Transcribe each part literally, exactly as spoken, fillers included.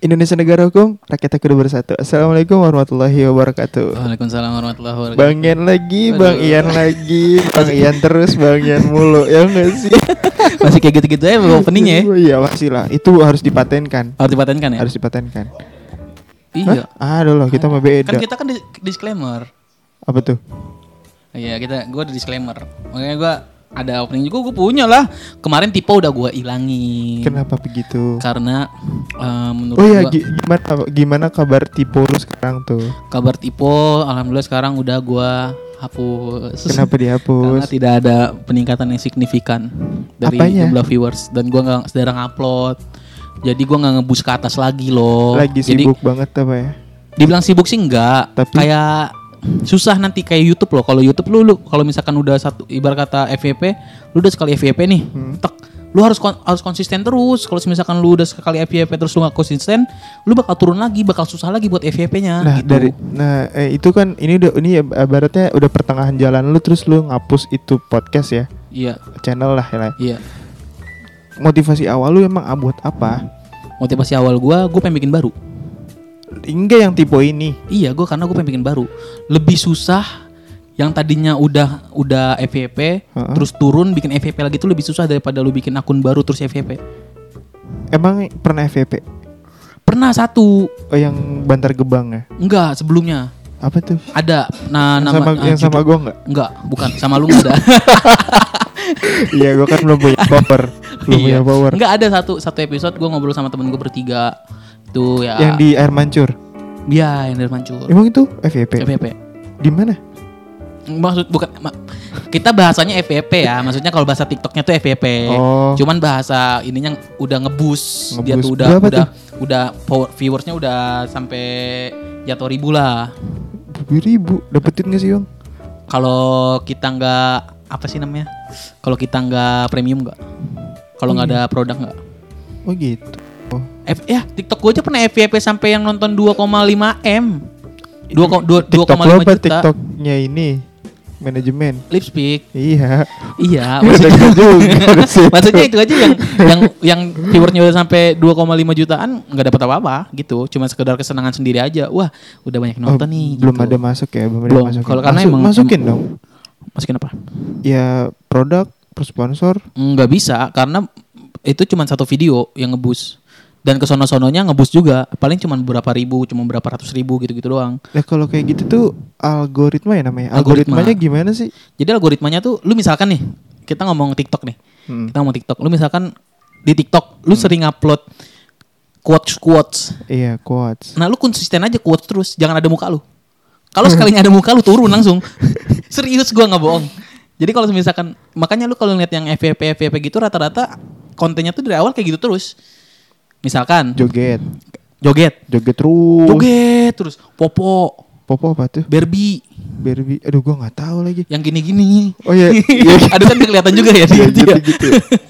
Indonesia negara hukum, rakyatnya kudu bersatu. Assalamualaikum warahmatullahi wabarakatuh. Waalaikumsalam warahmatullahi wabarakatuh. Bang Ian lagi, Aduh. Bang Ian lagi, Bang Ian terus, Bang Ian mulu, ya enggak sih? Masih kayak gitu-gitu aja openingnya ya. Iya masih lah, itu harus dipatenkan. Harus dipatenkan ya? Harus dipatenkan. Iya. Hah? Aduh loh, kita mah beda. Kan kita kan di- disclaimer. Apa tuh? Iya kita, gue ada disclaimer. Makanya gue ada opening juga, gue punya lah. Kemarin Tipo udah gue ilangin. Kenapa begitu? Karena uh, menurut Oh iya, gue gi- gimana gimana kabar Tipo lu sekarang tuh? kabar Tipo, alhamdulillah sekarang udah gue hapus. Kenapa Karena dihapus? tidak ada peningkatan yang signifikan dari Apanya? jumlah viewers dan gue nggak sedang upload. Jadi gue nggak ngebus ke atas lagi loh. Lagi Jadi, sibuk banget apa ya? dibilang sibuk sih enggak, Tapi- kayak susah nanti kayak YouTube loh. Kalau YouTube lu, lu kalau misalkan udah satu ibarat kata F Y P, lu udah sekali F Y P nih, Hmm. tek, lu harus kon- harus konsisten terus. Kalau misalkan lu udah sekali F Y P terus lu gak konsisten, lu bakal turun lagi, bakal susah lagi buat F Y P-nya. Nah gitu. dari nah eh, itu kan ini udah ini ya, ibaratnya udah pertengahan jalan lu terus lu ngapus itu podcast ya, Iya, channel lah ya. iya. Motivasi awal lu emang ah, buat apa? Motivasi awal gua, gua pengen bikin baru. Enggak yang tipe ini. Iya, gua karena gua pengen bikin baru. Lebih susah yang tadinya udah udah F Y P, Heeh. terus turun bikin F Y P lagi itu lebih susah daripada lu bikin akun baru terus F Y P. Emang pernah F Y P? Pernah satu, Oh yang Bantar Gebang ya? enggak sebelumnya. Apa tuh? Ada nah Yang nama sama ah, yang sama judul- gua enggak? enggak, bukan sama lu enggak ada. Iya gua kan belum punya power. Belum Iya. punya power. Enggak ada satu satu episode gua ngobrol sama temen gua bertiga. Itu ya. Yang di air mancur. Iya, yang dari Mancur. Emang itu F Y P? F Y P. Di mana? Maksud bukan ma- kita bahasanya F Y P ya. Maksudnya kalau bahasa TikToknya tuh F Y P. Oh. Cuman bahasa ininya udah ngebus. Dia Ngebus. tuh udah Berapa udah tuh? udah power viewersnya udah sampai jatuh ribu lah. Ribu. Dapetin gak sih Bang? Kalau kita nggak apa sih namanya? Kalau kita nggak premium nggak? Kalau nggak ada produk nggak? Oh gitu. Oh. F ya TikTok gue aja pernah F Y P sampai yang nonton dua koma lima M. dua TikTok koma lo lima apa juta. TikToknya ini? Manajemen. Lipstick. Iya. Iya, Udah maksudnya, juga sih. maksudnya itu aja yang yang yang viewersnya udah sampai dua koma lima jutaan nggak dapat apa-apa gitu. Cuma sekedar kesenangan sendiri aja. Wah, udah banyak yang nonton Oh, nih. belum gitu. ada masuk ya, belum, ada Belum. masukin. Kalau karena Masuk- emang- masukin em- dong. Masukin apa? Ya produk per sponsor. Nggak bisa karena itu cuma satu video yang ngebus. Dan kesono-sononya ngebus juga. Paling cuma berapa ribu, cuma berapa ratus ribu gitu-gitu doang. Nah kalau kayak gitu tuh algoritma ya namanya. Algoritma. Algoritmanya gimana sih? Jadi algoritmanya tuh, lu misalkan nih, kita ngomong TikTok nih, Hmm. kita ngomong TikTok. Lu misalkan di TikTok, lu sering upload quotes quotes. Iya quotes. Nah, lu konsisten aja quotes terus, jangan ada muka lu. Kalau sekalinya ada muka lu turun langsung. Serius gua nggak bohong. Jadi kalau misalkan, makanya lu kalau ngeliat yang F Y P F Y P gitu rata-rata kontennya tuh dari awal kayak gitu terus. Misalkan Joget. joget, Joget terus. joget terus, popo, Popo apa tuh? Barbie, Barbie. Aduh gua nggak tahu lagi. yang gini-gini. Oh iya. Iya. Aduh kan kelihatan juga ya Iya dia. gitu dia. gitu.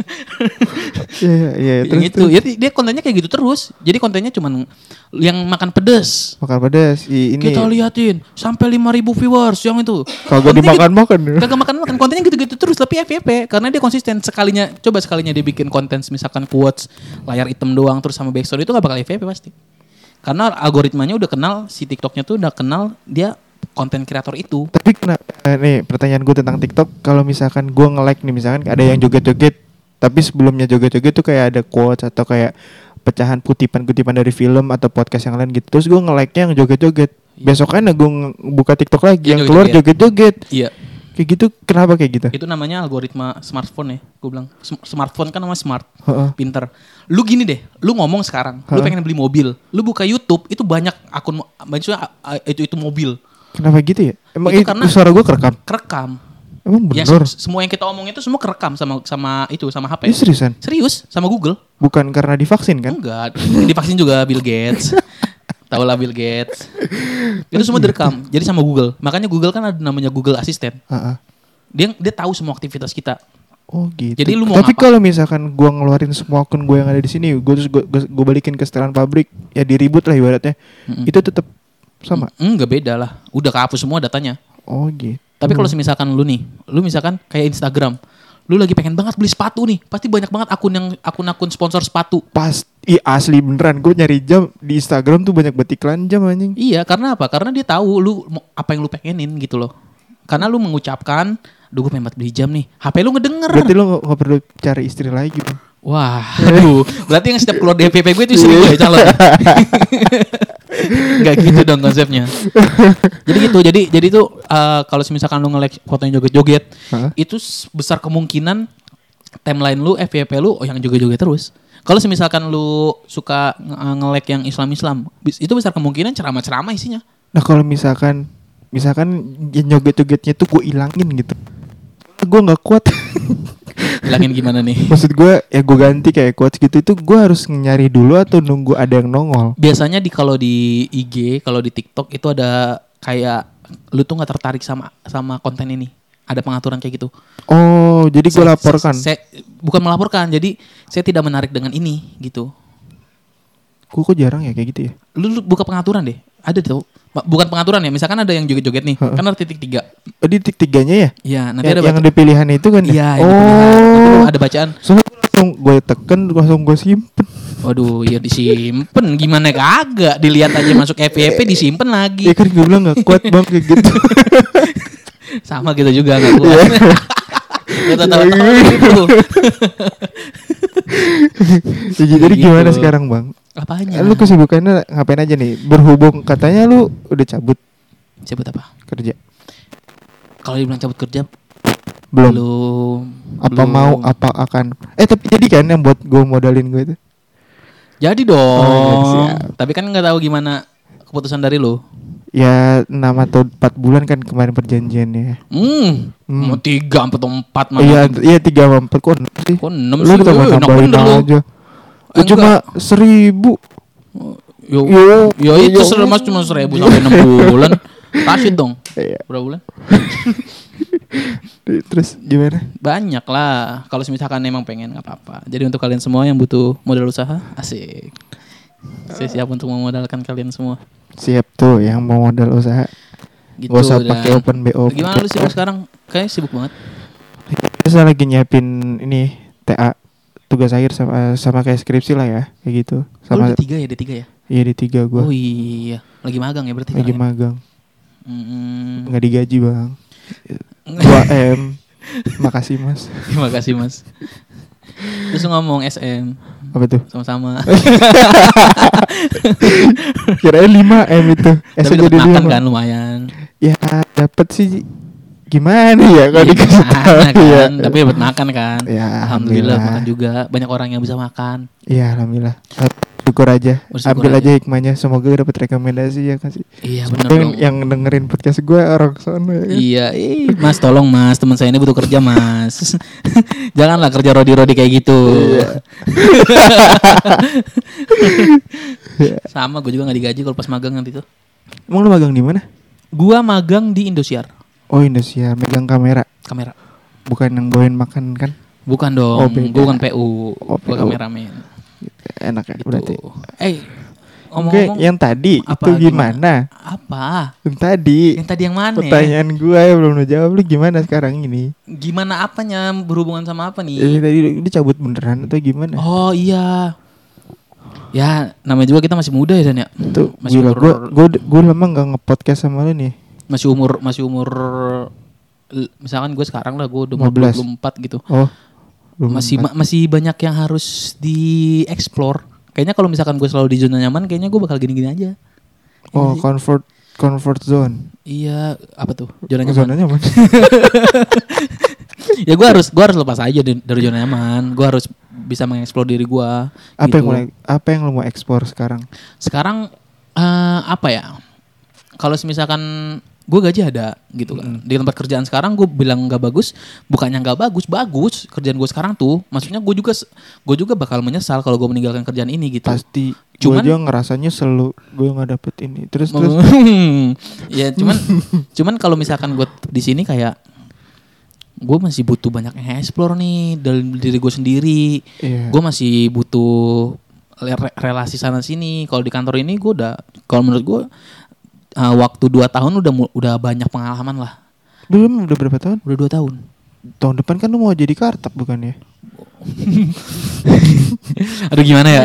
Iya iya iya. Yang Terus itu, tuh ya dia kontennya kayak gitu terus. Jadi kontennya cuman yang makan pedes. makan pedas. I- Ini. Kita liatin sampai lima ribu viewers yang itu. Kagak Kontennya dimakan-makan. gitu- Kagak makan-makan, kontennya gitu-gitu terus tapi F Y P karena dia konsisten. Sekalinya coba sekalinya dia bikin konten misalkan quotes layar hitam doang terus sama backstory itu gak bakal F Y P pasti. Karena algoritmanya udah kenal, si TikToknya tuh udah kenal dia konten kreator itu. Tapi kena, eh, nih pertanyaan gue tentang TikTok. Kalau misalkan gue nge-like nih, misalkan ada yang joget-joget, tapi sebelumnya joget-joget tuh kayak ada quotes atau kayak pecahan kutipan-kutipan dari film atau podcast yang lain gitu. Terus gue nge-like-nya yang joget-joget. Besokannya gue nge- buka TikTok lagi Yang yang keluar joget-joget. joget-joget. Iya. Kayak gitu kenapa kayak gitu? Itu namanya algoritma smartphone ya. Gue bilang Sm- smartphone kan namanya smart. Heeh. Pinter. Lu gini deh, lu ngomong sekarang, lu Hah? pengen beli mobil, lu buka YouTube itu banyak akun, maksudnya uh, itu itu mobil Kenapa gitu ya? Emang Itu itu karena- suara gue kerekam? kerekam. Emang Ya, bener? se- semua yang kita omong itu semua kerekam sama sama itu sama H P. Ini seriusan? Serius sama Google? Bukan karena divaksin kan? Enggak, divaksin juga Bill Gates. Tahu lah Bill Gates. Itu semua direkam. Jadi sama Google. Makanya Google kan ada namanya Google Assistant. Heeh. Dia dia tahu semua aktivitas kita. Oh gitu. Jadi lu mau Tapi ngapa? kalau misalkan gua ngeluarin semua akun gue yang ada di sini, gua terus gua, gua, gua balikin ke setelan pabrik, ya diribut lah ibaratnya. Mm-mm. Itu tetap sama. Enggak beda lah. Udah kehapus semua datanya. Oh gitu. Tapi kalau misalkan lu nih, lu misalkan kayak Instagram, Lu lagi pengen banget beli sepatu nih, pasti banyak banget akun yang akun-akun sponsor sepatu. Pasti asli beneran, gue nyari jam di Instagram tuh banyak banget iklan jam anjing. Iya, karena apa? Karena dia tahu lu mau- apa yang lu pengenin gitu loh. Karena lu mengucapkan, "Duh, gue pengen banget beli jam nih." H P lu ngedenger. Berarti lo gak, gak perlu cari istri lagi Bang. Wah, aduh. Berarti yang setiap keluar dari P P gue itu istri gue ya calon. Gak gitu dong konsepnya. Jadi gitu. Jadi jadi tuh uh, kalau misalkan lu nge-like fotonya joget-joget, Hah? itu s- besar kemungkinan timeline lu, F Y P lu oh yang joget-joget terus. Kalau misalkan lu suka nge- nge-like yang Islam-Islam, bis- itu besar kemungkinan ceramah-ceramah isinya. Nah kalau misalkan misalkan yang joget-jogetnya tuh gue ilangin gitu, gue nggak kuat. Bilangin gimana nih? Maksud gue ya gue ganti kayak quotes gitu, itu gue harus nyari dulu atau nunggu ada yang nongol? Biasanya di kalau di I G, kalau di TikTok itu ada kayak lu tuh nggak tertarik sama sama konten ini. Ada pengaturan kayak gitu. Oh jadi gue Saya- laporkan. Saya, bukan melaporkan, jadi saya tidak menarik dengan ini gitu. Gue kok jarang ya kayak gitu ya? Lu, lu buka pengaturan deh. Ada tuh. Ma- Bukan pengaturan ya. Misalkan ada yang joget-joget nih. Heeh. Kan ada titik tiga. Oh di titik tiganya ya? Iya, nanti yang, ada yang baca- ada pilihan itu kan? ya? Iya, yang dipilihan. Nanti Oh. ada bacaan. Soalnya gua langsung gue tekan langsung gue simpen. Waduh, ya disimpen. Gimana kagak? Dilihat aja masuk F Y P disimpen lagi. Ya kan gue bilang gak kuat Bang kayak gitu. Sama gitu juga enggak kuat. Gua tahu-tahu gitu. Ya, jadi Gitu. gimana sekarang Bang? Apanya? Lu kesibukannya ngapain aja nih? Berhubung katanya lu udah cabut Sebut apa? kerja. Kalau dibilang cabut kerja Belum. belum. Apa belum. mau apa akan? Eh tapi jadi kan yang buat gue modalin gue itu. Jadi dong. Oh, siap. Tapi kan nggak tahu gimana keputusan dari lu. Ya enam atau empat bulan kan kemarin perjanjiannya. Hmm, Hmm. mau tiga empat empat mana? Iya, iya tiga sama empat kok enam sih. Kok enam Lu sih? udah Eh, enak tambahin bener lu. aja. Eh, Lu cuma seribu. Yo, Yo, yo itu yo. sudah mas cuma seribu sampai enam bulan. Rashid dong. Iya. Berapa bulan? Terus gimana? Banyak lah. Kalau misalkan emang pengen nggak apa-apa. Jadi untuk kalian semua yang butuh modal usaha, asik. Saya siap untuk memodalkan kalian semua. Siap tuh yang mau modal usaha. Gitu. Gak usah dan- pakai open B O. Gimana lu sibuk sekarang? Kayaknya sibuk banget. Saya lagi nyiapin ini T A tugas akhir sama sama kayak skripsi lah ya, kayak gitu. Oh, Sama D tiga ya, D tiga ya? iya di tiga gua. Oh iya, lagi magang ya berarti. Lagi sekarang ya? magang. Mm-mm. Nggak digaji, Bang. dua M. Makasih, Mas. Terima kasih mas. Terus lu ngomong S M Apa tuh? sama-sama. Kirain lima M itu. S Tapi aja dapat jadi makan lima. kan lumayan. Ya, dapat sih gimana ya kalau Iya, dikasih gimana tahu kan? ya. Tapi dapat makan kan. Ya, Alhamdulillah alhamdulillah. makan juga. Banyak orang yang bisa makan. Iya, alhamdulillah. Syukur aja. Bersyukur Ambil aja. aja hikmahnya. Semoga dapat rekomendasi ya kasih. Iya benar yang, dong. yang dengerin podcast gue orang sono ya kan? Iya, ih, mas tolong mas, teman saya ini butuh kerja mas. Janganlah kerja rodi-rodi kayak gitu. Sama, gue juga nggak digaji kalau pas magang nanti tuh. Emang lu magang di mana? Gua magang di Indosiar, Oh, Indonesia, megang kamera. kamera. Bukan yang bawain makan kan? Bukan dong, Oh, beda. gue bukan P U, Oh, gue P U. kameramen. Enak ya Gitu. berarti. Eh, Oke, ngomong-ngomong, yang tadi apa, itu gimana? apa? Yang tadi Yang tadi yang mana? pertanyaan gue ya belum lu jawab. Lu gimana sekarang ini? Gimana apanya berhubungan sama apa Jadi nih? tadi lu cabut beneran atau gimana? Oh iya. Ya, namanya juga kita masih muda ya Dan ya. Tuh, Masih gila, umur gue gue gue lama nggak nge-podcast sama lu nih. masih umur masih umur l- misalkan gue sekarang lah gue udah umur lima belas. dua puluh empat gitu. Oh, belum Masih empat. ma- masih banyak yang harus dieksplor. Kayaknya kalau misalkan gue selalu di zona nyaman, kayaknya gue bakal gini-gini aja. Oh, Iya sih. comfort comfort zone. Iya, apa tuh? Zona nyaman. Zona nyaman. Ya gue harus gue harus lepas aja dari, dari zona nyaman. Gue harus bisa mengeksplor diri gue. Apa gitu. yang mulai apa yang lu mau ekspor sekarang? Sekarang eh, apa ya? Kalau misalkan gue gaji ada gitu kan. Di tempat kerjaan sekarang gue bilang nggak bagus, bukannya nggak bagus, bagus kerjaan gue sekarang tuh. Maksudnya gue juga gue juga bakal menyesal kalau gue meninggalkan kerjaan ini gitu. Pasti Cuman- gue aja ngerasanya selalu gue nggak dapet ini. Terus terus Ya cuman cuman kalau misalkan gue di sini kayak gue masih butuh banyak yang explore nih dalam diri gue sendiri. iya. Gue masih butuh re- relasi sana sini. Kalau di kantor ini gue udah, kalau menurut gue uh, waktu dua tahun udah mu- udah banyak pengalaman lah. Belum udah berapa tahun? Udah dua tahun. Tahun depan kan lu mau jadi kartap bukan ya? Aduh gimana ya?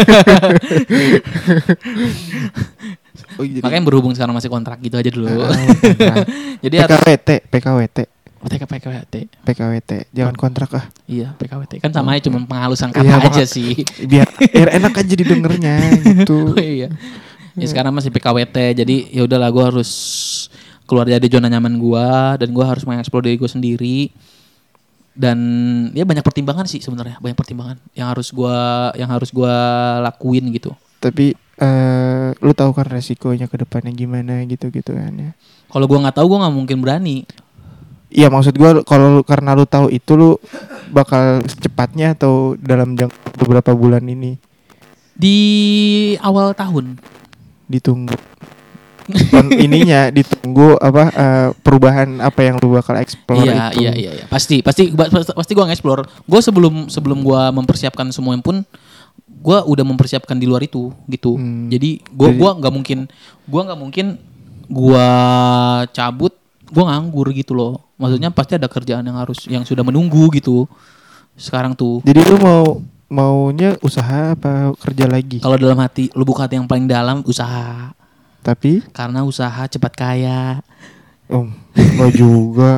Oh, jadi Makanya berhubung sekarang masih kontrak gitu aja dulu. Ah, kontrak. Jadi harus P K W T, P K W T, P K P K W T. P K W T, jangan kontrak ah. Iya, P K W T kan sama aja cuma penghalusan kata Iya, aja Pak. sih. Biar, biar enak aja didengarnya gitu. Oh, iya. Ya sekarang masih P K W T, jadi ya udahlah gue harus keluar dari zona nyaman gue dan gue harus mengeksplor diri gue sendiri. Dan ya banyak pertimbangan sih sebenarnya, banyak pertimbangan yang harus gue yang harus gue lakuin gitu. Tapi eh lu tahu kan resikonya ke depannya gimana gitu-gitu kan ya. Kalau gue nggak tahu gue nggak mungkin berani. Iya maksud gua kalau lu- karena lu tahu itu lu bakal secepatnya atau dalam jangka beberapa bulan ini Di awal tahun. ditunggu. Kon ininya ditunggu apa eh, perubahan apa yang lu bakal explore Iya, itu. iya, iya, iya. Pasti, pasti, ba- pasti, pasti gue nge-explore. Gue sebelum sebelum gue mempersiapkan semuanya pun, gue udah mempersiapkan di luar itu, gitu. Hmm. Jadi gue Jadi- gua nggak mungkin, gue nggak mungkin gue cabut, gue nganggur gitu loh. Maksudnya pasti ada kerjaan yang harus, yang sudah menunggu gitu. Sekarang tuh, Jadi lu mau maunya usaha apa kerja lagi? kalau dalam hati, lu buka hati yang paling dalam, usaha. Tapi Karena usaha cepat kaya. om enggak juga.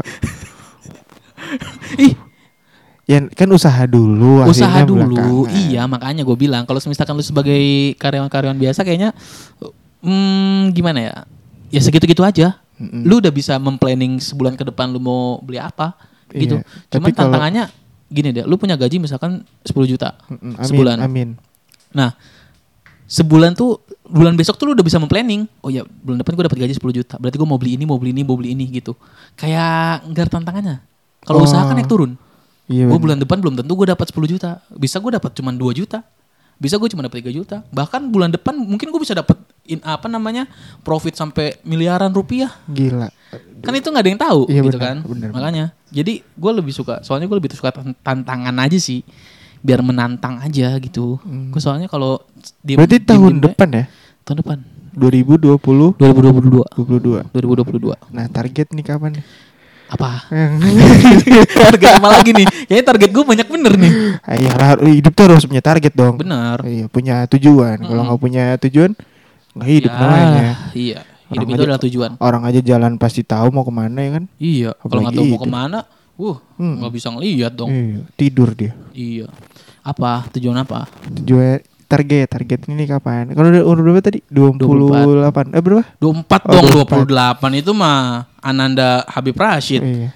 Ih, Ya kan usaha dulu usaha hasilnya dulu, belakangan. iya makanya gue bilang kalau misalkan lu sebagai karyawan-karyawan biasa kayaknya, hmm, gimana ya, ya segitu-gitu aja. Mm-mm. Lu udah bisa memplanning sebulan ke depan lu mau beli apa, gitu. Iya, Cuman tapi kalau- tantangannya gini deh, lu punya gaji misalkan sepuluh juta Mm-mm, amin, sebulan. Amin. Nah, sebulan tuh, bulan besok tuh lu udah bisa memplanning. Oh ya, bulan depan gue dapat gaji sepuluh juta. Berarti gue mau beli ini, mau beli ini, mau beli ini gitu. Kayak nggak ada tantangannya. Kalau Oh. usaha kan naik turun. Iya. Gue bener. bulan depan belum tentu gue dapat sepuluh juta. Bisa gue dapat cuma dua juta. Bisa gue cuma dapat tiga juta. Bahkan bulan depan mungkin gue bisa dapat in, apa namanya? Profit sampai miliaran rupiah. Gila. Kan itu nggak ada yang tahu Iya, gitu benar, kan. benar. Makanya. Jadi gue lebih suka, soalnya gue lebih suka tan- tantangan aja sih. Biar menantang aja gitu. Hmm. Gue soalnya kalau diem- Berarti diem- tahun diem- depan ya? Tahun depan. dua ribu dua puluh dua ribu dua puluh dua. dua puluh dua. dua ribu dua puluh dua. Nah, target nih kapan nih? Apa? Target apa lagi nih? Kayaknya target gue banyak bener nih. Iya, lah, hidup tuh harus punya target dong. Bener. Iya, punya tujuan. Kalau Mm-mm. nggak punya tujuan, nggak hidup Ya, namanya. Iya. Hidup Orang itu aja- adalah tujuan. Orang aja jalan pasti tahu mau kemana ya kan? Iya. Kalau nggak Apalagi tahu mau itu. kemana, uh, Hmm. nggak bisa ngelihat dong. Iya, tidur dia. Iya. Apa? Tujuan apa? Tujuan target, target ini kapan? Kalau udah umur berapa tadi? dua puluh delapan. Eh berapa? dua puluh empat Oh, dong, dua dua puluh puluh delapan itu mah Ananda Habib Rashid. Iya.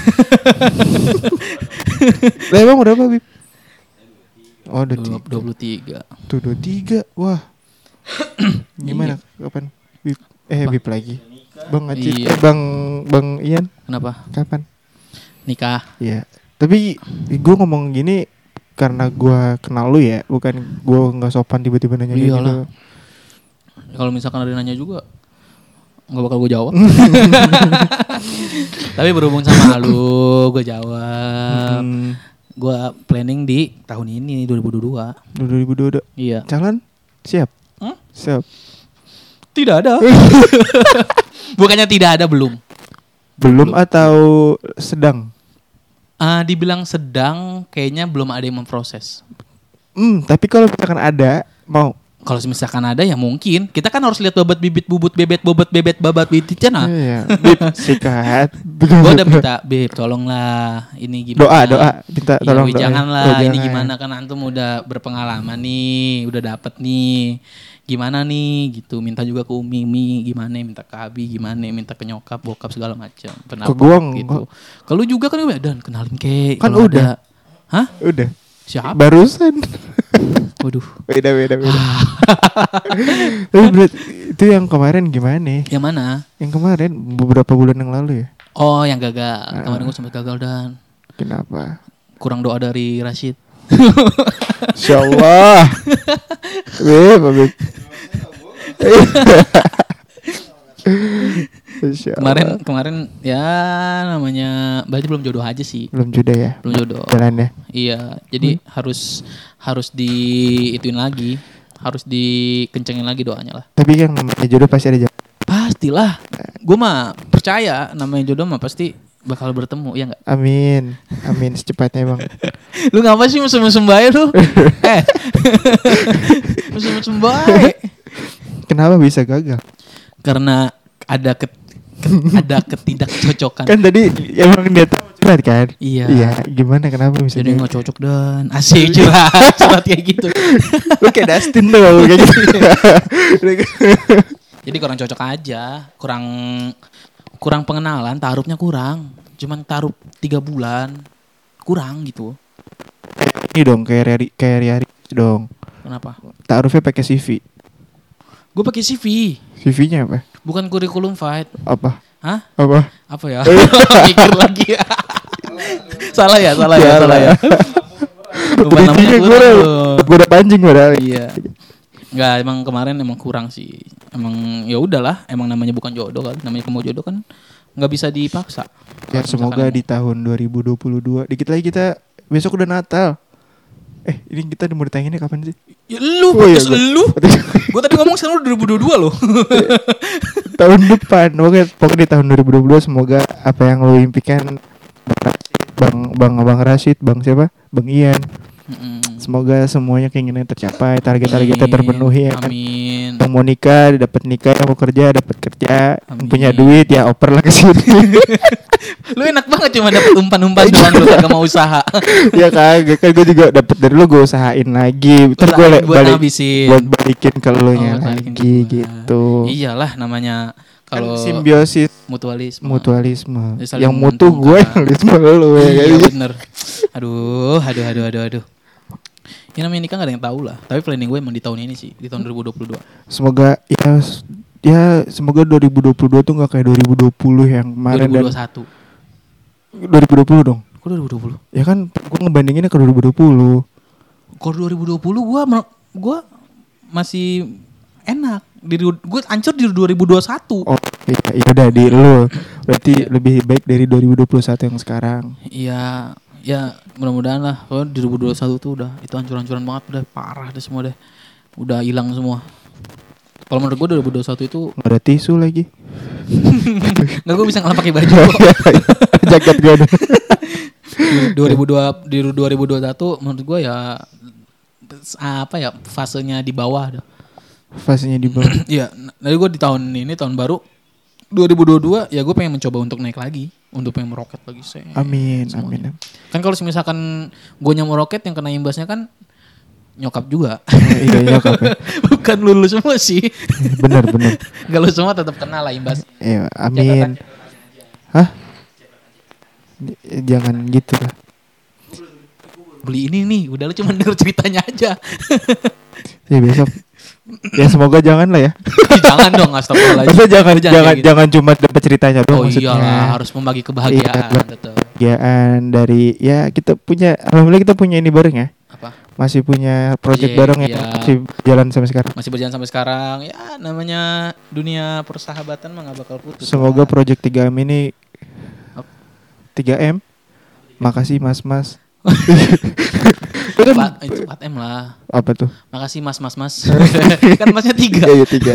Lah emang berapa, Bib? Oh, udah Dua- tiga. dua puluh tiga. Tuh dua tiga. Wah. Gimana? Kapan? Bib. Eh, Apa? Bib lagi. Bang Acit. Iya. Eh, Bang Bang Ian. Kenapa? Kapan? Nikah. Iya. Tapi gue ngomong gini karena gue kenal lu ya, bukan gue nggak sopan tiba-tiba nanya kayak Iyalah. gitu. Kalau misalkan ada yang nanya juga nggak bakal gue jawab. Tapi berhubung sama lu, gue jawab. Hmm, Gue planning di tahun ini dua ribu dua puluh dua. dua ribu dua puluh dua. Iya. Calon? Siap. Hmm? Siap. Tidak ada. Bukannya tidak ada, belum. Belum atau sedang? Ah, dibilang sedang, kayaknya belum ada yang memproses. Hmm, tapi kalau misalkan ada, mau. Kalau misalkan ada ya mungkin. Kita kan harus lihat babat bibit bubut bebet bobot bebet babat bibitnya nah. Iya. Bib, sikat. Gue udah minta, Beb tolonglah ini gimana. Doa, doa. Minta Iya, tolong Wi, doa. janganlah Oh, ini jangan. gimana kan antum udah berpengalaman nih, udah dapet nih. Gimana nih gitu, minta juga ke Umi, Mi gimana, minta ke Abi gimana, minta ke nyokap, bokap segala macam. Kenapa Ke gua gitu. Kalau juga kan gue dan kenalin ke Kan kalau udah. ada. Hah? Udah. Siapa? Barusan. Waduh. Beda, beda, beda. Tapi berat- itu yang kemarin gimana? Yang mana? Yang kemarin beberapa bulan yang lalu ya. Oh, yang gagal. Ah. Kemarin gue sempat gagal dan Kenapa? kurang doa dari Rashid. Insyaallah. Beb, beb. Insyaallah. Kemarin kemarin ya namanya berarti belum jodoh aja sih. belum jodoh ya. Belum jodoh. Jalannya. Iya, jadi Hmm. harus harus di ituin lagi, harus dikencengin lagi doanya lah. Tapi yang namanya jodoh pasti ada jalan. Pastilah. Gue mah percaya namanya jodoh mah pasti bakal bertemu, ya nggak? Amin, amin secepatnya bang. Lu ngapa sih mesum-mesum bae lu? eh, mesum-mesum bae. Kenapa bisa gagal? Karena ada ke, ke- ada ketidakcocokan. Kan tadi emang dia tahu curhat kan? Iya. Iya, gimana kenapa bisa Jadi gagal? nggak cocok dan asik curhat, curhat kayak gitu. Lu kayak Dustin tuh kalau kayak gitu. Jadi kurang cocok aja, kurang kurang pengenalan, taruhnya kurang. Cuman taruh tiga bulan, kurang gitu. Ini dong kayak Riari, kayak Riari dong. Kenapa? Taarufnya pakai C V. Gue pakai C V, C V-nya apa? bukan kurikulum fight. Apa? Hah? Apa? Apa ya? Mikir lagi ya. salah ya, salah ya, salah ya. Bukan namanya Gue kurang udah, loh. gue udah pancing padahal. Iya. Enggak, emang kemarin emang kurang sih. Emang ya udahlah, emang namanya bukan jodoh kan. Namanya kamu jodoh kan nggak bisa dipaksa. Ya Kalau semoga misalkan- di tahun dua ribu dua puluh dua. Dikit lagi kita besok udah Natal. Eh, ini kita mau ditanyainnya kapan sih? Ya lu, Oh, iya, podcast gua- lu. Gue tadi ngomong sekarang udah dua ribu dua puluh dua loh. Tahun depan. Pokoknya, pokoknya di tahun dua ribu dua puluh dua semoga apa yang lo impikan Bang Bang Bang Rashid, Bang siapa? Bang Ian. Mm-mm. Semoga semuanya keinginan tercapai, target-target kita Amin. terpenuhi ya kan. Amin. Yang mau nikah dapat nikah, yang mau kerja dapat kerja, yang Amin. punya duit ya oper lah ke sini. Lu enak banget cuma dapet umpan-umpan doang lu kagak mau usaha. Ya kagak kan gue juga dapat dari lu, gue usahain lagi. Terus gue Usahain buat balik ngabisin. buat balikin ke lu nya Oh, balikin lagi ke gua. gitu. Iyalah namanya kalau Kan simbiosis mutualisme. mutualisme. Ya, saling Yang mutu gue, menguntungkan. yang lisme lu ya Iya kan. bener. Aduh, aduh, aduh, aduh, aduh. Ya namanya nikah gak ada yang tahu lah. Tapi planning gue emang di tahun ini sih, di tahun dua ribu dua puluh dua. Semoga ya s- ya semoga dua ribu dua puluh dua tuh gak kayak dua ribu dua puluh yang kemarin dua ribu dua puluh dan satu. dua ribu dua puluh dong. Kok dua ribu dua puluh? Ya kan gue ngebandinginnya ke dua ribu dua puluh. Kalau dua ribu dua puluh gue gue masih enak. Di gue hancur di dua ribu dua puluh satu. Oh iya, ya udah di lu. Berarti lebih baik dari dua ribu dua puluh satu yang sekarang. Iya, ya mudah-mudahan lah. Soalnya di dua ribu dua puluh satu tuh udah itu hancur-hancuran banget, udah parah deh semua deh. Udah hilang semua. Kalau menurut gue dua ribu dua puluh satu itu Nggak ada tisu lagi. nggak, gue bisa ngalah pakai baju kok. Jaket gue ada. dua ribu dua di dua ribu dua puluh satu menurut gue ya apa ya fasenya di bawah dah. Fasenya di bawah. Iya, dari gue di tahun ini tahun baru dua ribu dua puluh dua ya gue pengen mencoba untuk naik lagi, untuk pengen meroket lagi sih. Amin, Semuanya. amin. Kan kalau misalkan gue yang meroket yang kena imbasnya kan nyokap juga. Oh, iya nyokap ya. Bukan lulus semua sih. Bener bener. Gak lulus semua tetap kena lah imbas. Iya, amin. Hah? Jangan gitu lah. Beli ini nih, udah lu cuma denger ceritanya aja. Ya besok. Ya semoga jangan lah ya. Jangan dong, astagfirullahaladzim. Maksudnya jangan Lu jangan kayak gitu. jangan cuma dapat ceritanya doang Oh maksudnya. iyalah, harus membagi kebahagiaan, Iya, betul. Kebahagiaan dari ya kita punya, alhamdulillah kita punya ini bareng ya. Apa? Masih punya project Iya, bareng yang iya. masih jalan sampai sekarang. Masih berjalan sampai sekarang. Ya namanya dunia persahabatan mah gak bakal putus. Semoga lah. project tiga M ini Ap- tiga M. Makasih mas-mas. Empat- itu empat M lah. Apa tuh? Makasih mas mas mas. Kan masnya tiga. Iya, iya tiga.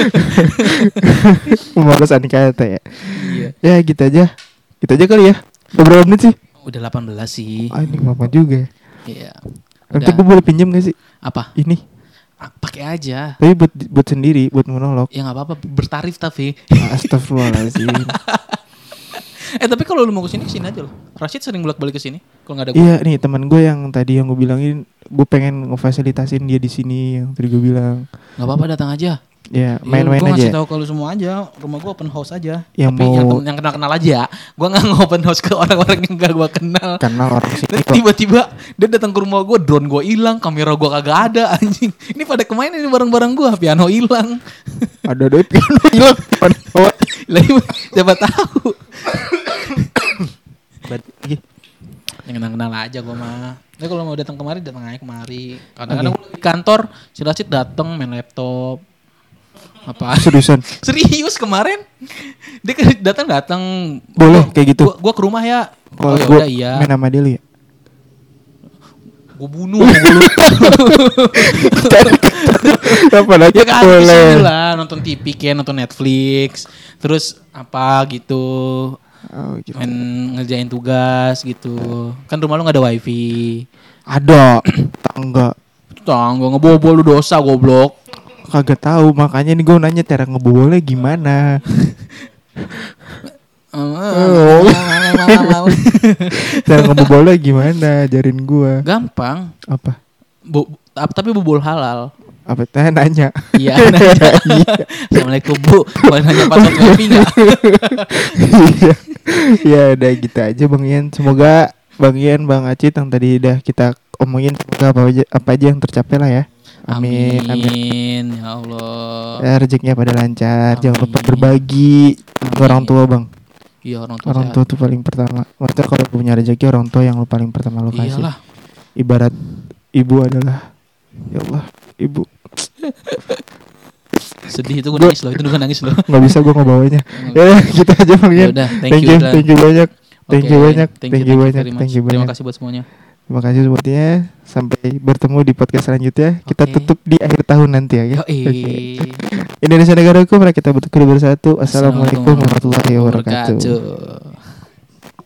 Pemanasan kata ya. Iya. Ya gitu aja. Gitu aja kali ya. Udah berapa menit sih? Udah delapan belas sih. Ah ini lama juga ya. Iya. Nanti Udah. gue boleh pinjam gak sih? Apa? Ini. Ah, pakai aja. Tapi buat buat sendiri, buat monolog. Ya nggak apa-apa, bertarif tapi. Astagfirullahaladzim. Eh tapi kalau lu mau kesini kesini aja loh. Rashid sering bolak-balik kesini. Kalau nggak ada gue. Iya nih teman gue yang tadi yang gue bilangin, gue pengen ngefasilitasin dia di sini yang tadi gue bilang. Nggak apa-apa, datang aja. Ya main-main Gue aja. ngasih tahu kalau semua aja. Rumah gue open house aja. Yang Tapi mau- yang, tem- yang kenal-kenal aja. Gue nggak open house ke orang-orang yang gak gue kenal. Karena orang sini Dan kok. tiba-tiba dia datang ke rumah gue, drone gue hilang, kamera gue kagak ada anjing. Ini pada kemana ini barang-barang gue, piano hilang. Ada duit piano hilang. Lagi siapa tahu. Lagi. Yang kenal-kenal aja gue mah. Tapi kalau mau datang kemari datang aja kemari. Kadang-kadang gue di kantor, si Rashid datang main laptop. Apa? Seriusan. Serius kemarin dia ke- datang-datang. Boleh Gua- kayak gitu? Gua, gua ke rumah ya. Kalau Oh ya gue udah iya. main sama dia lu ya. Gue bunuh lu. Apalagi Ya kan bisa boleh. lah nonton T V kayak nonton Netflix. Terus apa gitu. Oh, gitu. Main ngerjain tugas gitu. Kan rumah lu nggak ada wifi. Ada tangga. Tangga ngebobol lu dosa goblok. Kagak tahu, makanya nih gue nanya cara ngebobolnya gimana. Oh. Cara ngebobolnya gimana? Ajarin gue. Gampang. Apa? Bo- tapi bobol halal. Apa? Tanya nanya. Iya. Nanya. Assalamualaikum Bu. Boleh nanya password wifi nggak? Ya udah gitu aja Bang Ian. Semoga Bang Ian, Bang Acit yang tadi udah kita omongin, semoga apa aja, apa aja yang tercapai lah ya. Amin. Amin. Amin. Ya Allah. Ya, rezekinya pada lancar. Amin. Jangan lupa berbagi ke orang tua Bang. Iya orang tua. Orang tua tuh paling pertama. Maksudnya kalau punya rezeki, orang tua yang lu paling pertama lu kasih. Iyalah. Ibarat ibu adalah, ya Allah, ibu. Sedih itu gue nangis loh, itu gue nangis loh. Nggak bisa gue ngebawanya. Ya gitu aja Bang Ian. Yaudah, thank, Thank you, you, Dan. thank you banyak. Thank Oke, you banyak. Thank Thank you, you thank banyak. very much. Thank you Terima banyak. kasih buat semuanya. Terima kasih semuanya. Sampai bertemu di podcast selanjutnya. Kita Oke. tutup di akhir tahun nanti ya. Yoi. Oke. Indonesia negaraku, mari kita bersatu. Assalamualaikum warahmatullahi wabarakatuh.